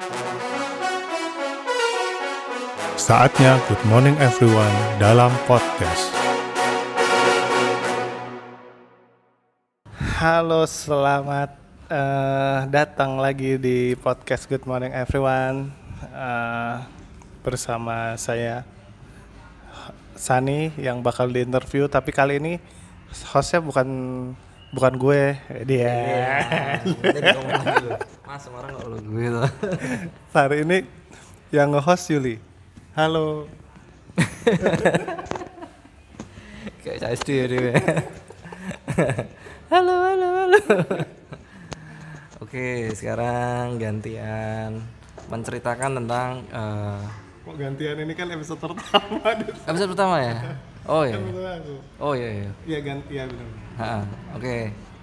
Saatnya Good Morning Everyone dalam podcast. Halo, selamat datang lagi di podcast Good Morning Everyone bersama saya Sani yang bakal diinterview, tapi kali ini hostnya bukan gue, dia. Mas, orang nggak lo gue tuh. Hari ini yang nge-host Yuli. Halo. Kayak saya sendiri. Halo. Oke, sekarang gantian menceritakan tentang Kok gantian, ini kan episode pertama. episode pertama ya? Oh iya. Oh iya. Iya gantian benar. Oke.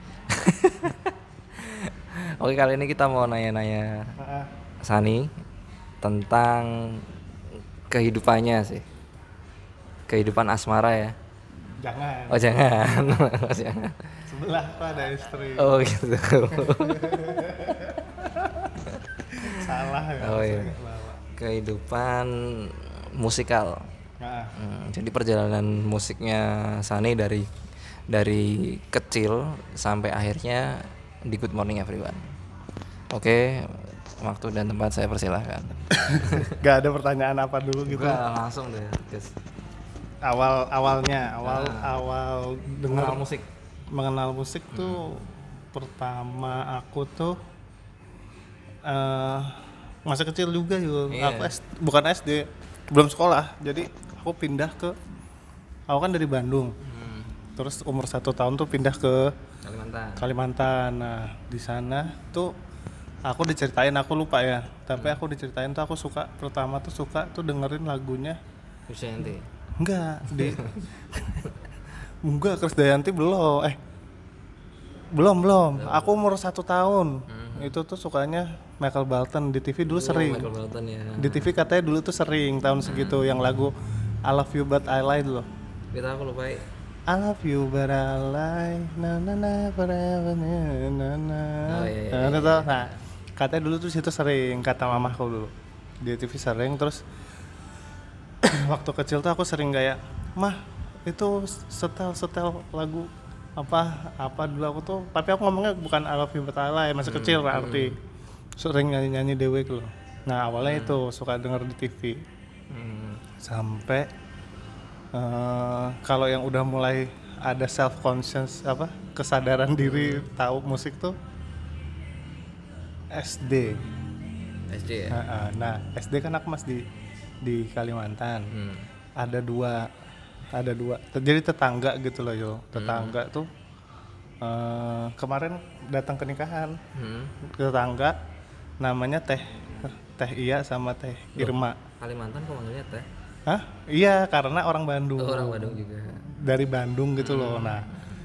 Oke, kali ini kita mau nanya-nanya Sani tentang kehidupannya sih. Kehidupan asmara ya. Jangan. Oh jangan. Jangan. Sebelah tuh ada istri. Oh gitu. Salah ya. Oh iya. Kehidupan musikal. Jadi perjalanan musiknya Sani dari kecil sampai akhirnya di Good Morning Everyone. Oke, waktu dan tempat saya persilahkan. Gak ada pertanyaan apa dulu gitu. Bukan, langsung deh. Awal dengar musik. mengenal musik tuh pertama aku tuh masa kecil juga yuk. Iya. Aku bukan SD, belum sekolah. Jadi aku aku kan dari Bandung. Terus umur 1 tahun tuh pindah ke Kalimantan. Nah, di sana tuh aku diceritain, aku lupa ya. Tapi aku diceritain tuh aku pertama tuh dengerin lagunya Krisdayanti. Enggak, Krisdayanti belum. Belum. Aku umur 1 tahun. Itu tuh sukanya Michael Bolton di TV dulu sering. Michael Bolton ya. Di TV katanya dulu tuh sering tahun segitu yang lagu I Love You But I Lie dulu. Kita aku lupa. I love you but I lie, na na na forever na na. Oh iya. Nah, katanya dulu tuh situ sering, kata mamahku dulu. Di TV sering, terus waktu kecil tuh aku sering kayak, "Mah, itu setel lagu apa dulu aku tuh." Tapi aku ngomongnya bukan I love you but I lie, masih kecil berarti. Sering nyanyi dewe gitu loh. Nah, awalnya itu suka denger di TV. Sampai kalau yang udah mulai ada self conscious kesadaran diri tahu musik tuh SD SD ya. Nah SD kan aku masih di Kalimantan. Ada dua jadi tetangga gitu loh yo. Tetangga tuh kemarin datang ke nikahan. Tetangga namanya Teh Iya sama Teh Irma. Kalimantan kok manggilnya Teh? Hah? Iya, karena orang Bandung. Oh, orang Bandung juga. Dari Bandung gitu loh. Nah,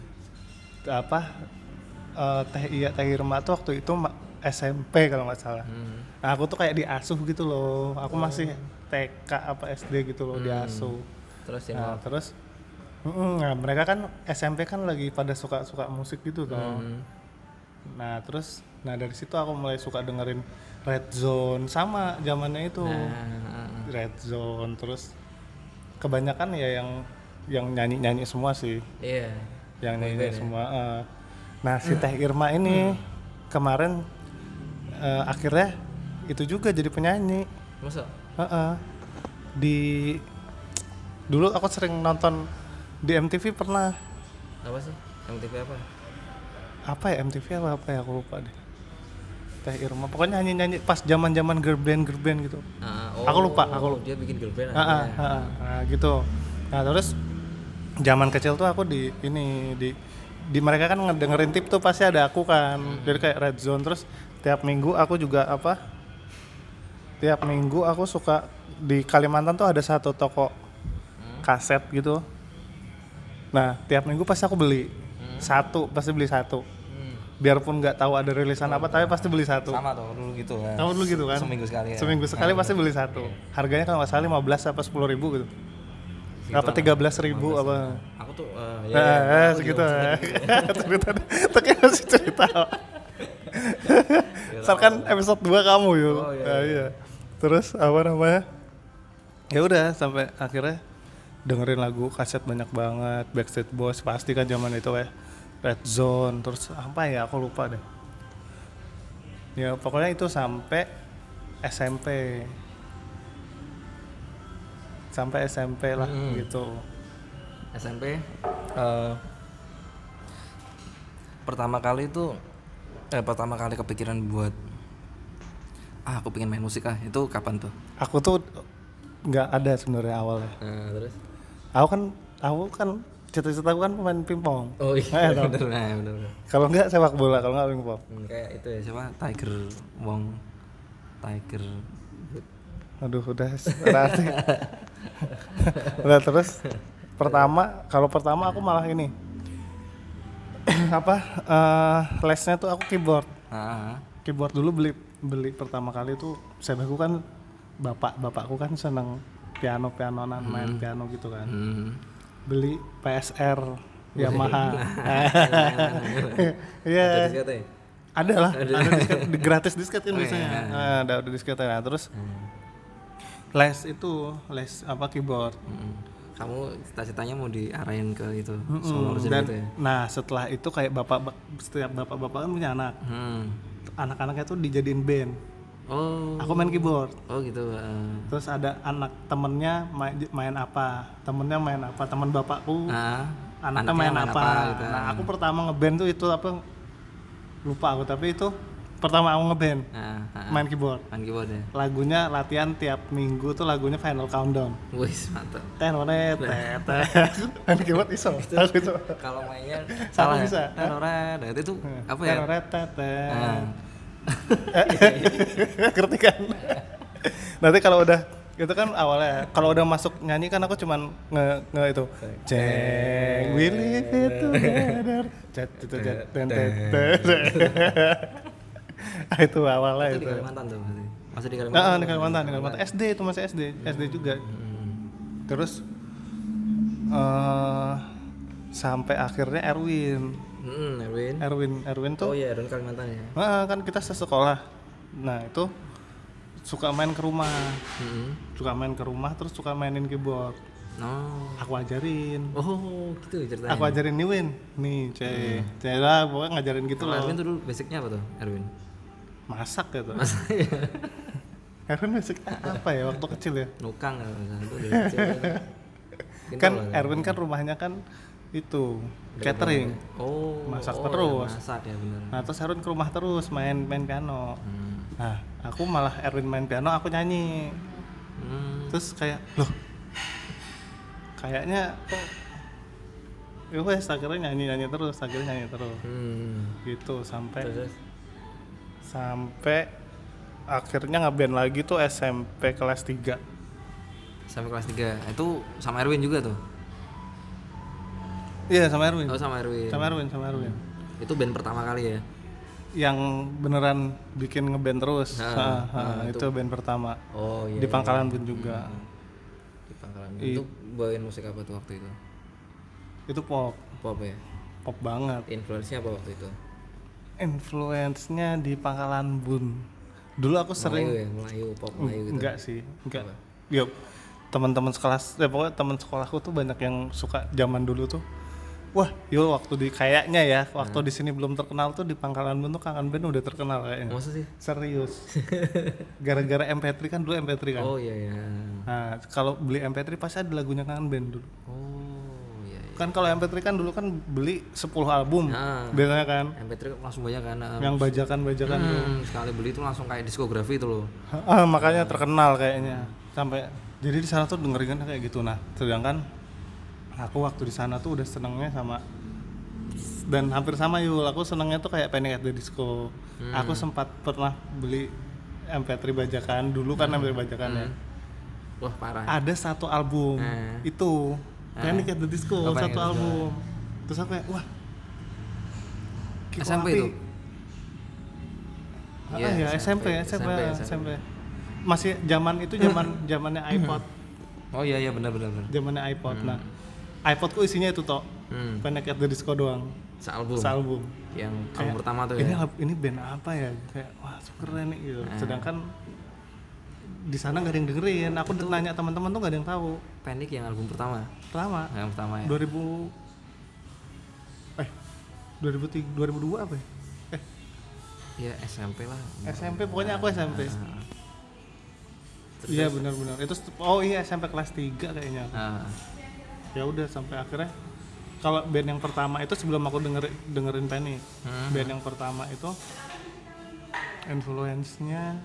Teh Irma tuh waktu itu SMP kalau nggak salah. Nah, aku tuh kayak diasuh gitu loh. Aku masih TK apa SD gitu loh, diasuh. Terus Nah, mereka kan SMP kan lagi pada suka musik gitu toh. Nah, dari situ aku mulai suka dengerin Red Zone sama zamannya itu. Red Zone, terus kebanyakan ya yang nyanyi semua sih. Iya. Yang nyanyi semua. Nah, si Teh Irma ini kemarin akhirnya itu juga jadi penyanyi. Masa? Dulu aku sering nonton di MTV pernah. Apa sih? MTV apa? Apa ya MTV apa ya, aku lupa deh. Teh Irma pokoknya nyanyi pas zaman girl band gitu. Aku lupa. Dia bikin girl band. Nah, gitu. Nah, terus zaman kecil tuh aku di mereka kan ngedengerin tip tuh pasti ada aku kan. Jadi kayak Red Zone, terus tiap minggu aku suka di Kalimantan tuh ada satu toko kaset gitu. Nah, tiap minggu pasti aku beli. Pasti beli satu. Biarpun nggak tahu ada rilisan apa, tapi pasti beli satu. Sama tuh dulu gitu kan. Kamu dulu gitu kan? Seminggu sekali pasti beli satu. Harganya kalau nggak salah 15 apa 10 ribu gitu. Apa 13.000 apa? Aku tuh segitu. Tapi masih cerita. Misalkan episode 2 kamu yuk. Oh, iya, Nah, iya. iya. Terus apa namanya? Ya udah sampai akhirnya dengerin lagu kaset banyak banget, Backstreet Boys pasti kan zaman itu ya. Red Zone, terus apa ya aku lupa deh. Ya pokoknya itu sampai SMP. Sampai SMP lah gitu. SMP pertama kali kepikiran buat aku pengen main musik itu kapan tuh? Aku tuh nggak ada sebenarnya awalnya. Terus? Aku kan cita-cita aku kan pemain pingpong. Oh iya, bener. bener. Kalau nggak sepak bola, kalau nggak pingpong. Kayak itu ya siapa? Tiger Aduh udah berarti. Udah terus pertama aku malah ini lesnya tuh aku keyboard. Keyboard dulu beli pertama kali tuh saudaraku kan bapakku kan seneng pianonan main piano gitu kan. Beli PSR Yamaha. Iya. Ada lah, ada disket, gratis disket kan biasanya. Ada disketnya. Nah, terus les keyboard. Kamu cita-citanya mau diarahin ke itu Dan gitu ya? nah setelah itu kayak setiap bapak kan punya anak. Anak-anaknya tuh dijadiin band. Oh. Aku main keyboard. Oh gitu. Terus ada anak temennya main apa, teman bapakku. Anaknya main apa gitu. Nah aku pertama ngeband tuh itu apa lupa aku, tapi itu pertama aku ngeband main keyboard Ya. lagunya latihan tiap minggu tuh lagunya Final Countdown. Wih mantap. Tenoret main keyboard iso aku itu Kalau mainnya salah bisa tenoret itu apa ya? Tenoret ngerti kan. Nanti kalau udah itu kan awalnya kalau udah masuk nyanyi kan aku cuman nge itu Jeng we live it together itu awalnya itu itu di Kalimantan tuh masih di Kalimantan. Di Kalimantan SD itu masih SD juga. Terus sampai akhirnya Erwin tuh. Oh iya, Erwin Kalimantan ya. Kan kita sesekolah. Nah itu suka main ke rumah, terus suka mainin keyboard. Aku ajarin. Oh gitu ceritanya. Aku ajarin nih cewek lah pokoknya ngajarin gitu loh. Erwin tuh dulu basicnya apa tuh Erwin? Masak gitu. Erwin basicnya apa ya waktu kecil ya? Nukang itu dari kecil. Kan Erwin kan rumahnya kan itu catering. Masak terus. Ya, masak ya benar. Nah terus Erwin ke rumah terus main piano. Nah aku malah Erwin main piano aku nyanyi. Terus kayak loh kayaknya kok ya wes akhirnya nyanyi terus gitu sampai akhirnya ngeband lagi tuh SMP kelas 3. Sampai kelas 3 itu sama Erwin juga tuh? Iya sama Erwin. Oh sama Erwin. Itu band pertama kali ya? Yang beneran bikin ngeband terus. Itu band pertama. Oh iya. Di Pangkalan Bun juga. Di Pangkalan Bun. Itu bawain musik apa tuh waktu itu? Itu pop. Pop ya? Pop banget. Influence-nya apa waktu itu? Influence-nya di Pangkalan Bun. Dulu aku sering pop Melayu gitu. Enggak. Yuk, teman-teman sekelas, pokoknya teman sekolahku tuh banyak yang suka zaman dulu tuh. Wah, waktu di sini belum terkenal tuh di Pangkalan Bun tuh Kangen Band udah terkenal kayaknya. Masa sih? Serius. Gara-gara MP3 kan dulu MP3 kan. Oh iya. Nah, kalau beli MP3 pasti ada lagunya Kangen Band dulu. Oh iya. Kan kalau MP3 kan dulu kan beli 10 album. Biasanya kan. MP3 langsung banyak kan. Yang bajakan-bajakan tuh. Sekali beli tuh langsung kayak diskografi itu loh. Makanya terkenal kayaknya. Sampai jadi di sana tuh dengerin kayak gitu. Nah, sedangkan aku waktu di sana tuh udah senengnya sama dan hampir sama aku senengnya tuh kayak Panic at the Disco. Aku sempat pernah beli MP3 bajakan dulu kan MP3 bajakan ya. Wah parah. Ada satu album itu Panic at the Disco satu album. Terus aku kayak wah SMP itu? SMP. Masih zamannya iPod. Oh iya benar. Zamannya iPod. Nah, iPodku isinya itu toh. Panic at the Disco doang. Sealbum. Yang album Kayak, pertama tuh ini, ya. ini band apa ya, kayak wah keren nih gitu. Sedangkan di sana nggak ada yang dengerin. Aku nanya teman-teman tuh nggak ada yang tahu. Panic yang album pertama. Lama. Yang pertama ya. 2002 apa ya? Ya SMP lah. SMP, pokoknya aku SMP. Terus- Iya benar-benar. Itu SMP kelas 3 kayaknya. Ah, Ya udah sampai akhirnya kalau band yang pertama itu sebelum aku dengerin Panic. Band yang pertama itu influence-nya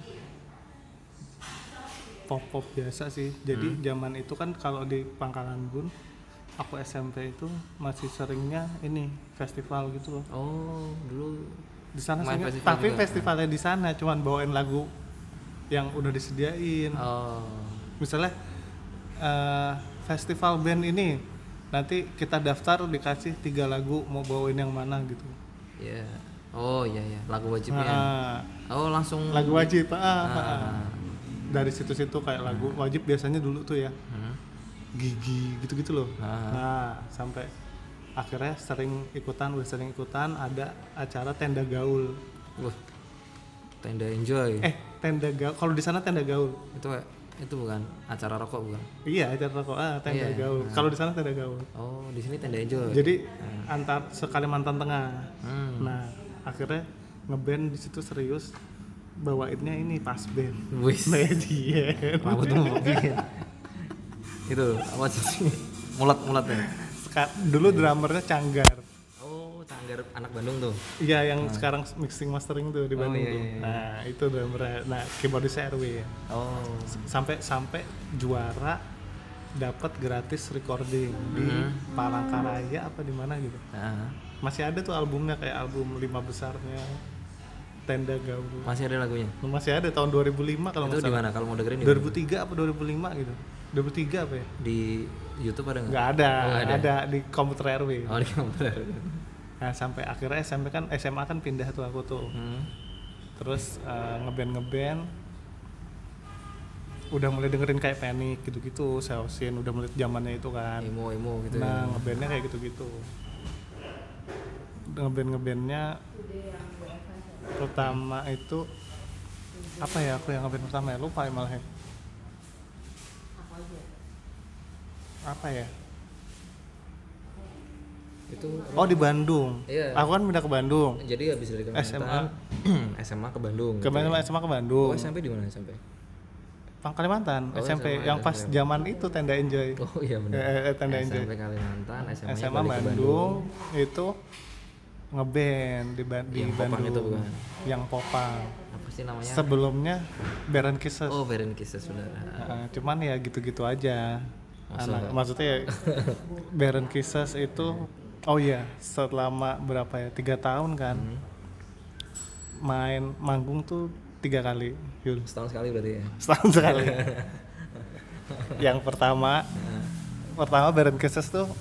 pop biasa sih. Jadi zaman itu kan kalau di Pangkalan Bun, aku SMP itu masih seringnya ini festival gitu loh. oh dulu Di sana main seringnya, festival tapi juga? festivalnya di sana cuman bawain lagu yang udah disediain. Oh Misalnya festival band ini nanti kita daftar dikasih 3 lagu mau bawain yang mana gitu. ya. Oh iya lagu wajibnya. Nah, Oh langsung lagu wajib Ah. dari situ-situ kayak lagu wajib biasanya dulu tuh ya Hmm. Gigi gitu-gitu loh. Ah. Nah sampai akhirnya udah sering ikutan ada acara tenda gaul. Wah, tenda enjoy. Tenda gaul, kalau di sana tenda gaul. Itu bukan acara rokok bukan? Iya acara rokok, tenda Iya. gaul. Kalau di sana tenda gaul. Oh di sini tenda enjoy. Jadi antar Kalimantan Tengah. Hmm. Nah akhirnya ngeband di situ serius, bawainnya ini pas band. Wis. Median. Rambutmu bikin. Itu apa sih? Mulat ya. Dulu drummernya Canggar. Oh, Canggar anak Bandung tuh. Iya yang sekarang mixing mastering tuh di Oh, Bandung iya, tuh. iya, iya. Nah itu drummernya. Nah keyboardisnya RW ya. Oh. Sampai juara dapat gratis recording di Palangkaraya apa di mana gitu. Nah, Masih ada tuh albumnya kayak album 5 besarnya Tenda Gaul. masih ada lagunya. Masih ada tahun 2005 kalau Itu nggak di salah. mana kalau mau dengerin? di mana? 2003 apa 2005 gitu. 2003 apa ya? Di YouTube ada nggak? Nggak ada, Oh, nggak ada di komputer RW. Oh, di komputer. Nah sampai akhirnya SMA kan pindah tuh aku tuh. Terus ngeband udah mulai dengerin kayak Panic gitu-gitu, Seosin udah mulai zamannya itu kan. Emo gitu. Nah ngebandnya kayak gitu-gitu. Ngebandnya pertama itu apa ya, aku yang ngeband pertama ya lupa ya malah ya. Apa ya? Itu Oh di Bandung. Iya. Aku kan pindah ke Bandung. jadi habis dari Kalimantan SMA ke Bandung. Ke Bandung SMA ke Bandung. Oh, SMP di mana SMP? Kalimantan, Oh, SMP SMA, yang pas SMP. zaman itu Tenda Enjoy. Oh iya benar. Tenda Enjoy. SMP Kalimantan, SMA, SMA balik ke Bandung itu ngeband di Yang Popang Bandung. itu bukan? Yang Popang. Apa sih namanya? Sebelumnya Baron Kisses. Oh, Beren Kisses saudara. Cuman ya gitu-gitu aja. Masa? Maksudnya ya, Baron Kisses itu oh iya selama berapa ya 3 tahun kan main manggung tuh 3 kali Yul. Setahun sekali berarti ya. Setahun sekali. Yang pertama Baron Kisses tuh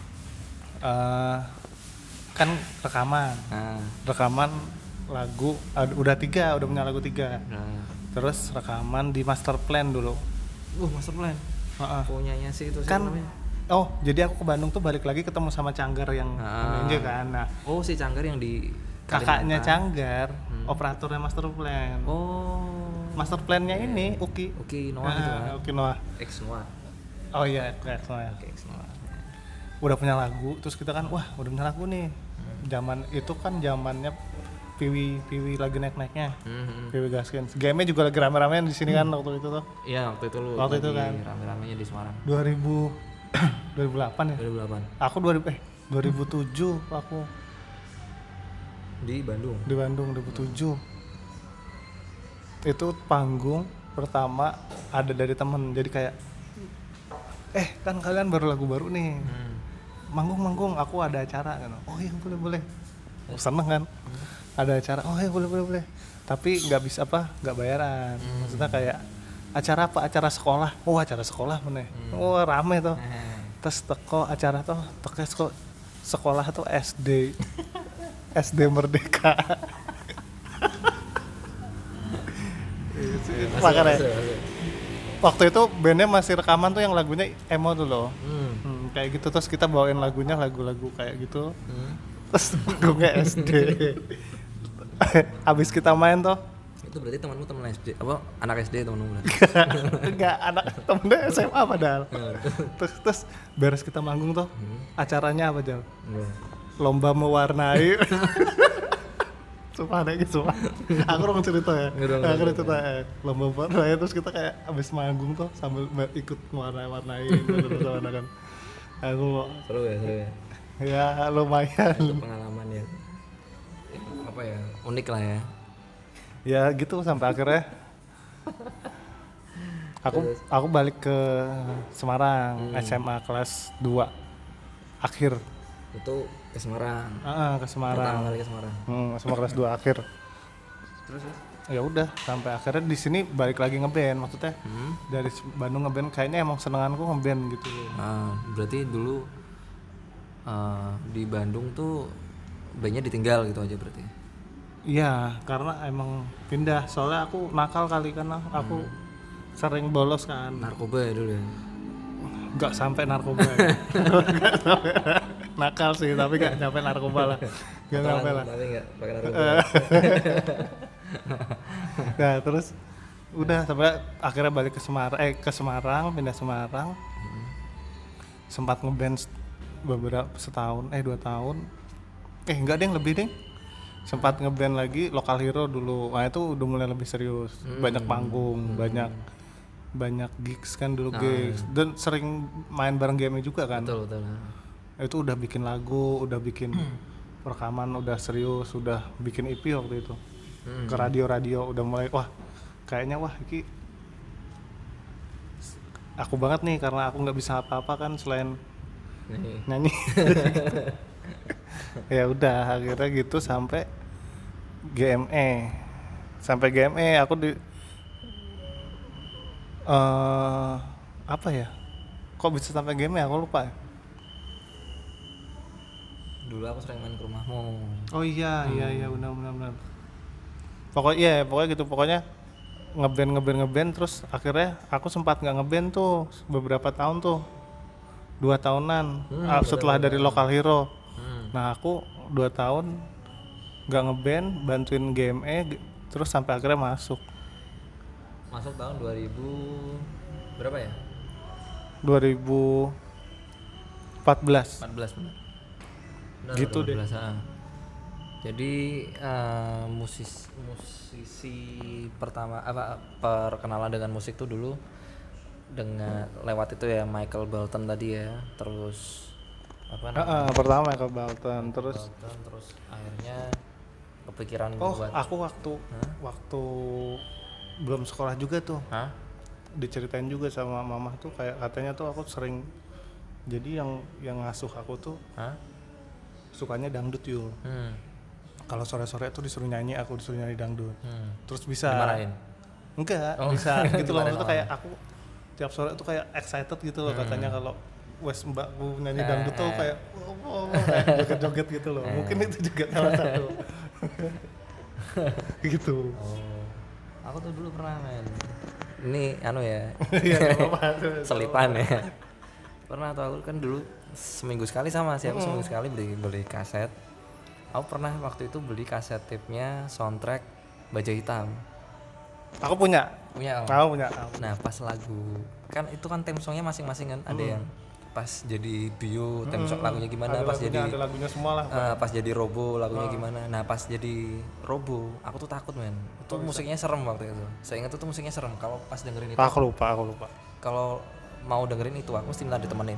kan rekaman lagu udah punya lagu 3. Nah. Terus rekaman di Master Plan dulu. Master Plan. Punyanya sih itu Kan siapa namanya? jadi aku ke Bandung tuh balik lagi ketemu sama Canggar yang aja kan. Nah, Oh, si Canggar yang di kakaknya Kalimantan. Canggar, operatornya Master Plan. Oh. Master Plan-nya ini Uki. Uki Noah itu kan. Uki Noah. Ex Noah. Oh iya, kayak Noah. Oke, Ex Noah. Udah punya lagu, terus kita kan wah, udah punya lagu nih. Zaman itu kan zamannya Piwi lagi naik-naiknya. Piwi Gaskins. Game-nya juga lagi rame-ramean di sini kan waktu itu tuh. Iya, waktu itu lu Waktu itu lagi kan. rame-ramenya di Semarang. 2008 ya. 2008 Aku 2007 aku di Bandung. di Bandung 2007. Itu panggung pertama ada dari temen, jadi kayak kan kalian baru lagu baru nih, manggung aku ada acara kan. Oh iya boleh seneng kan, ada acara, oh iya boleh tapi nggak bisa nggak bayaran. Maksudnya kayak acara sekolah, acara sekolah mana, rame tuh. Terus teko acara tuh sekolah tuh SD Merdeka. Makanya waktu itu bandnya masih rekaman tuh yang lagunya emo tuh loh. Kayak gitu, terus kita bawain lagu-lagu kayak gitu. Terus manggungnya SD. Abis kita main tuh. Itu berarti temanmu teman SD apa anak SD temanmu berarti? Enggak, anak temennya SMA padahal. Terus beres kita manggung tuh, acaranya apa Jal? Lomba mewarnai. Sumpah ada gitu, sumpah. Aku orang cerita ya. Aku cerita ya. Lomba mewarnai terus kita kayak abis manggung tuh sambil ikut mewarnai-warnain terus kan. Aku Seru ya. ya lumayan. Itu pengalaman ya. Apa ya? Unik lah ya. Ya gitu sampai akhirnya aku balik ke Semarang SMA kelas 2 akhir. Itu ke Semarang. Ke Semarang. Pertama kali ke Semarang. SMA kelas 2 akhir. Terus? Ya udah sampai akhirnya di sini balik lagi ngeband maksudnya. Dari Bandung ngeband kayaknya emang senenganku ngeband gitu. Berarti dulu di Bandung tuh bandnya ditinggal gitu aja berarti. Iya, karena emang pindah. Soalnya aku nakal kali karena aku sering bolos kan. Narkoba ya dulu ya. Gak sampai narkoba. Nggak sampai nakal sih, tapi gak sampai narkoba lah. Gak sampai lah. Tapi gak pakai narkoba. Nah terus udah sampai akhirnya balik ke Semarang, pindah Semarang. Sempat ngeband beberapa 2 tahun. Enggak deh, lebih deh. Sempat ngeband lagi Local Hero dulu. Nah itu udah mulai lebih serius. Banyak panggung, banyak gigs kan dulu gigs. Dan sering main bareng game juga kan. Betul. Itu udah bikin lagu, udah bikin rekaman, udah serius, udah bikin EP waktu itu. Ke radio udah mulai kayaknya ini aku banget nih karena aku nggak bisa apa-apa kan selain nyanyi. Ya udah akhirnya gitu sampai GME aku di apa ya, kok bisa sampai GME aku lupa ya. Dulu aku sering main ke rumahmu. Oh iya benar. Pokoknya gitu, pokoknya ngeband terus akhirnya aku sempat nggak ngeband tuh beberapa tahun tuh, 2 tahunan setelah dari Local Hero. Nah aku 2 tahun nggak ngeband, bantuin GME terus sampai akhirnya masuk tahun 2000 berapa ya? 2014 benar. Gitu deh. Jadi musisi pertama perkenalan dengan musik tuh dulu dengan lewat itu ya Michael Bolton tadi ya. Terus pertama Michael Bolton terus akhirnya kepikiran buat aku waktu belum sekolah juga tuh. Diceritain juga sama mama tuh kayak katanya tuh aku sering jadi yang ngasuh aku tuh sukanya dangdut yul. Kalau sore-sore tuh disuruh nyanyi dangdut. Terus bisa dimarahin? Enggak, bisa gitu loh. Maksudnya kayak aku tiap sore tuh kayak excited gitu loh katanya kalau wes mbakku nyanyi dangdut tuh kayak joget-joget gitu loh. Mungkin itu juga salah satu. Gitu. Aku tuh dulu pernah main. Ini ya. Selipan ya. Pernah tuh aku kan dulu seminggu sekali sama sih aku seminggu sekali beli kaset. Aku pernah waktu itu beli kaset tape-nya soundtrack Baja Hitam. Aku punya. Aku punya. Nah pas lagu kan itu kan theme songnya masing-masing kan ada yang pas jadi bio theme song lagunya gimana, pas jadi ada lagunya semua lah. pas jadi Robo lagunya gimana. Nah pas jadi Robo aku tuh takut men. Itu musiknya serem waktu itu. Saya ingat itu musiknya serem. Kalau pas dengerin itu Aku lupa. Kalau mau dengerin itu aku mesti minta ditemenin.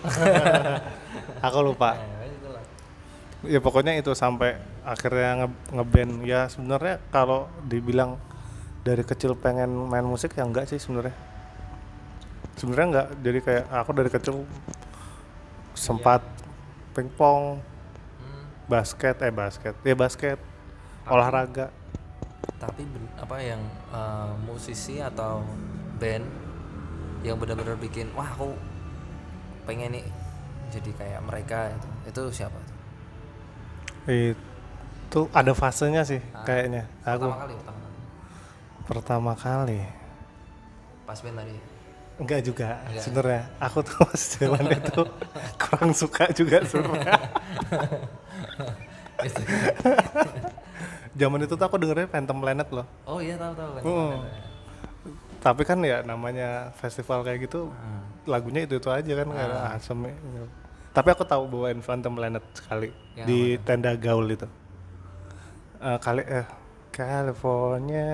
Aku lupa. Ya pokoknya itu sampai akhirnya ngeband. Ya sebenarnya kalau dibilang dari kecil pengen main musik ya enggak sih sebenarnya enggak. Jadi kayak aku dari kecil sempat pingpong, basket, olahraga. Tapi apa yang musisi atau band yang benar-benar bikin wah aku pengen nih jadi kayak mereka itu siapa tuh? Itu ada fasenya sih kayaknya. Pertama kali Pertama kali pas band tadi Enggak juga sebenarnya. Aku tuh pas zaman itu kurang suka juga sebenarnya. Gitu. Zaman itu tuh aku dengernya Phantom Planet loh. Oh iya tahu kan. Tapi kan ya namanya festival kayak gitu lagunya itu aja kan kayak asem gitu. Tapi aku tahu bawain Phantom Planet sekali Yang di tenda gaul itu. California.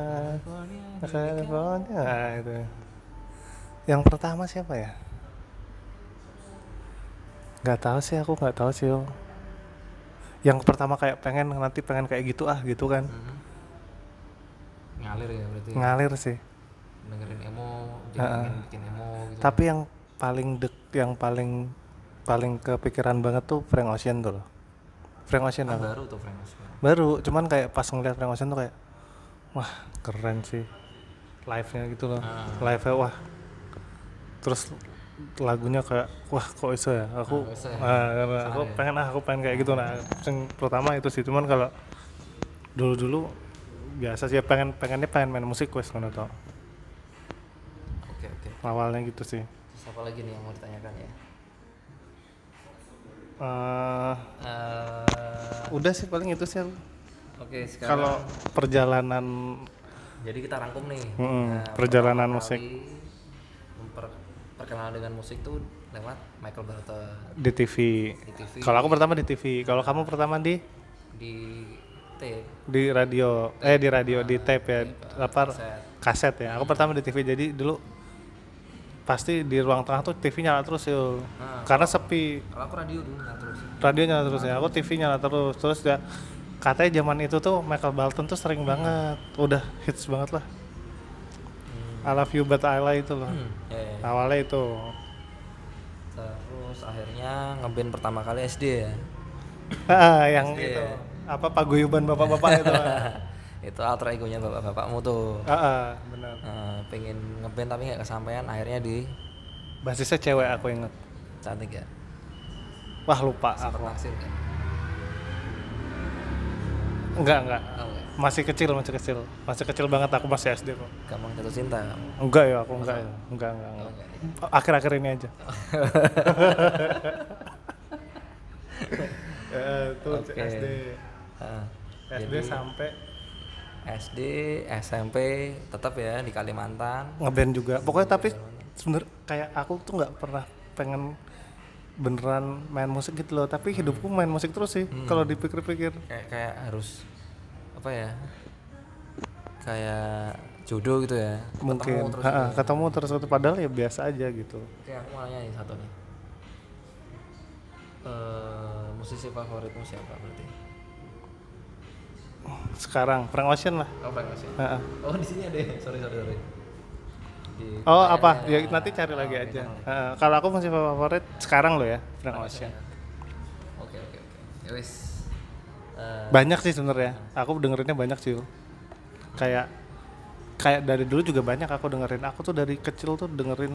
Nah, itu. Yang pertama siapa ya? Nggak tahu sih. Yang pertama kayak pengen kayak gitu gitu kan. Ngalir ya berarti. Ngalir sih. Dengerin emo, jadi pengen bikin emo gitu. Tapi yang paling kepikiran banget tuh Frank Ocean tuh loh. Frank Ocean Kan apa? baru tuh Frank Ocean. Baru, cuman kayak pas ngeliat Frank Ocean tuh kayak wah keren sih live-nya gitu loh. Live-nya wah. Terus lagunya kayak wah kok iso ya aku aku pengen kayak gitu. Nah yang pertama itu sih, cuman kalau dulu biasa sih pengen main musik wes kan tau. Oke. Awalnya gitu sih. Terus apa lagi nih yang mau ditanyakan ya? Udah sih paling itu sih. Oke, sekarang Kalau perjalanan jadi kita rangkum nih. perjalanan pertama musik kali perkenalan dengan musik tuh lewat Michael Bolton di TV. di TV. Kalau aku pertama di TV, kalau kamu pertama di tape. di tape ya, kaset ya. Aku pertama di TV, jadi dulu pasti di ruang tengah tuh TV nyala terus yuk. Karena sepi. Kalau aku radio dulu nyala terus. Radio nyala terus ya, aku TV nyala terus ya. Katanya zaman itu tuh Michael Bolton tuh sering banget, udah hits banget lah. I Love You But I Lie itu loh. Awalnya itu. Terus akhirnya ngeband pertama kali SD ya. Yang SD itu. Apa paguyuban bapak-bapak itu. Itu alter egonya bapak-bapakmu tuh. Benar. Pengen ngeband tapi nggak kesampaian, akhirnya di basisnya cewek aku inget. Cantik ya. Wah lupa aku. Naksir kan? Enggak. Masih kecil banget, aku masih SD kok. Gampang jatuh cinta. Enggak ya, aku enggak. Akhir-akhir ini aja. Itu SD. SD sampai SD, SMP tetap ya di Kalimantan. Ngeband juga. Pokoknya tapi sebenarnya kayak aku tuh nggak pernah pengen beneran main musik gitu loh, tapi hidupku main musik terus sih. Kalau dipikir-pikir Kayak harus apa ya? Kayak jodoh gitu ya. Mungkin ketemu terus padahal ya biasa aja gitu. Oke, aku mau nanya nih satu nih. Musisi favoritmu siapa berarti? Sekarang Frank Ocean lah. Oh, Frank Ocean. Oh, di sini ada. Sorry. Apa? Ya nanti cari lagi aja. Kalau aku masih favorit sekarang loh ya, Frank Ocean. Oke. Ya wis. Banyak sih sebenarnya. Aku dengerinnya banyak sih. Kayak dari dulu juga banyak aku dengerin. Aku tuh dari kecil tuh dengerin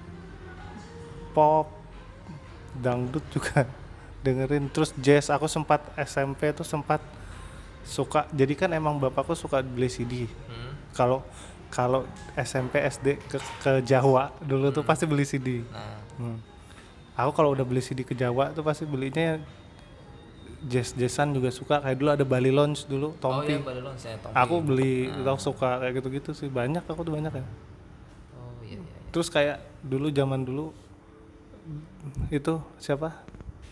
pop, dangdut juga dengerin. Terus jazz. Aku sempat SMP tuh sempat suka. Jadi kan emang bapakku suka beli CD. Kalau SMP SD ke Jawa dulu tuh pasti beli CD. Aku kalau udah beli CD ke Jawa tuh pasti belinya jazz-jazzan juga suka. Kayak dulu ada Bali Lounge dulu, Tompi. Oh iya, Bali Lounge ya, Tompi. Aku beli, aku suka kayak gitu-gitu sih. Aku tuh banyak ya. Oh iya. Terus kayak zaman dulu itu siapa?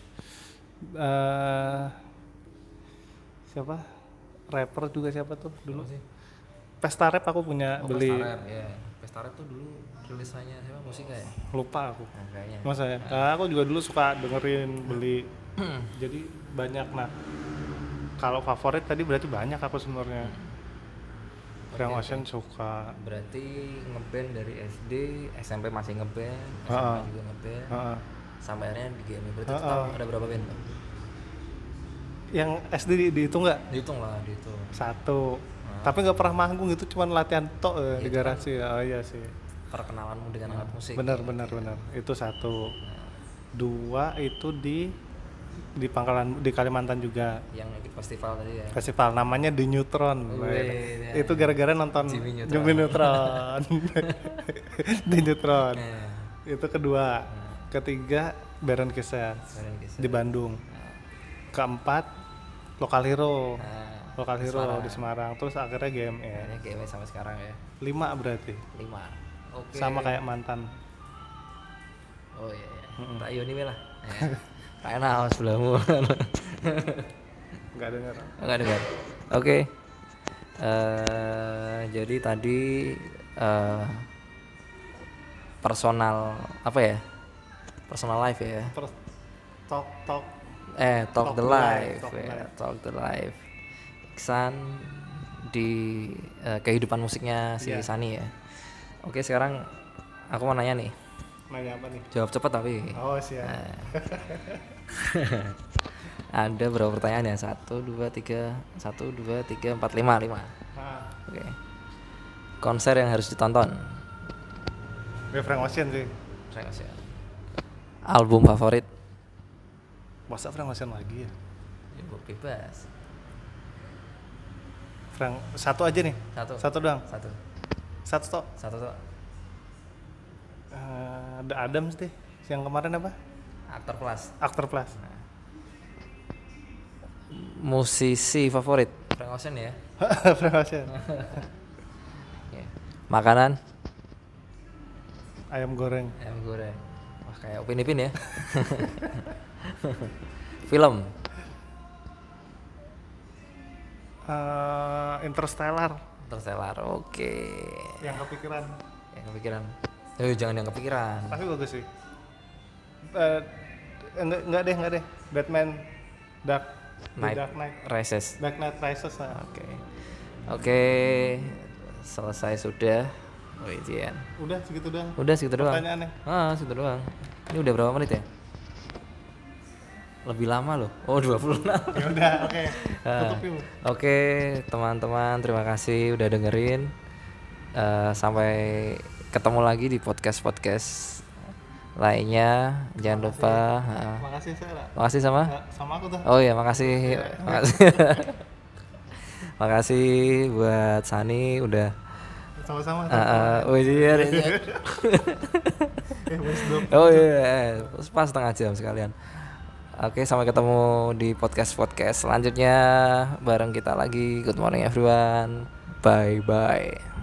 Siapa? Rapper juga siapa tuh dulu? Pesta Rap aku punya beli. Pesta Rap ya. Pesta Rap tuh dulu rilisannya siapa musiknya ya? Lupa aku. Kayaknya. Masa ya? Aku juga dulu suka dengerin, beli. Jadi banyak. Nah, kalau favorit tadi berarti banyak aku sebenarnya. Frank Ocean suka. Berarti ngeband dari SD, SMP masih ngeband, SMA juga ngeband. Sampai akhirnya di GMI. Berarti total ada berapa band, Bang? Yang SD dihitung nggak? Dihitung. 1. Tapi nggak pernah manggung, itu cuma latihan tok di garasi. Oh iya sih. Perkenalanmu dengan alat musik. Benar. Itu 1. 2 itu di di Pangkalan di Kalimantan juga. Yang ikut festival tadi ya. Festival namanya The Neutron. Wih, Itu gara-gara nonton Jimmy Neutron. The Neutron. Itu kedua. Ketiga Baron Kisses di Bandung. Keempat Lokal Hero. Lokal Hero di Semarang. Terus akhirnya GME. Akhirnya GME sampai sekarang ya. 5 berarti. 5. Oke. Sama kayak mantan. Oh iya. Tak Yoni lah. Tak enak sebelahmu. Enggak dengar. Enggak dengar. Oke. Jadi tadi personal apa ya? Personal life ya. Talk Talk the life. Talk the life. Iksan di kehidupan musiknya si Sani ya. Oke, sekarang aku mau nanya nih. Nanya apa nih? Jawab cepat tapi. Oh siap. Ada berapa pertanyaan ya? 1, 2, 3, 4, 5. Oke. Konser yang harus ditonton. Frank Ocean sih. Frank Ocean. Album favorit. Masa Frank Ocean lagi ya? Ya bebas. Frank, satu aja nih. Satu doang. Satu toh. The Adams deh. Yang kemarin apa? Aktor Plus. Nah. Musisi favorit. Frank Ocean ya. Frank Ocean. Makanan. Ayam goreng. Wah, kayak Upin Ipin ya. Film. Interstellar. Oke. Yang kepikiran. Jangan yang kepikiran. Tapi bagus sih. Enggak deh. Batman Dark Knight Rises. Dark Knight Rises. Oke. Selesai sudah. Ujian. Udah segitu doang. Pertanyaannya. Segitu doang. Ini udah berapa menit ya? Lebih lama loh. 26. Ya udah, oke. Tutup yuk. Oke, teman-teman, terima kasih udah dengerin. Sampai ketemu lagi di podcast lainnya. Jangan lupa. Makasih Sarah. Makasih sama? Sama aku tuh. Oh iya, makasih. Makasih buat Sani udah. Sama-sama. Oh iya, pas setengah jam sekalian. Oke, sampai ketemu di podcast selanjutnya bareng kita lagi. Good morning everyone. Bye.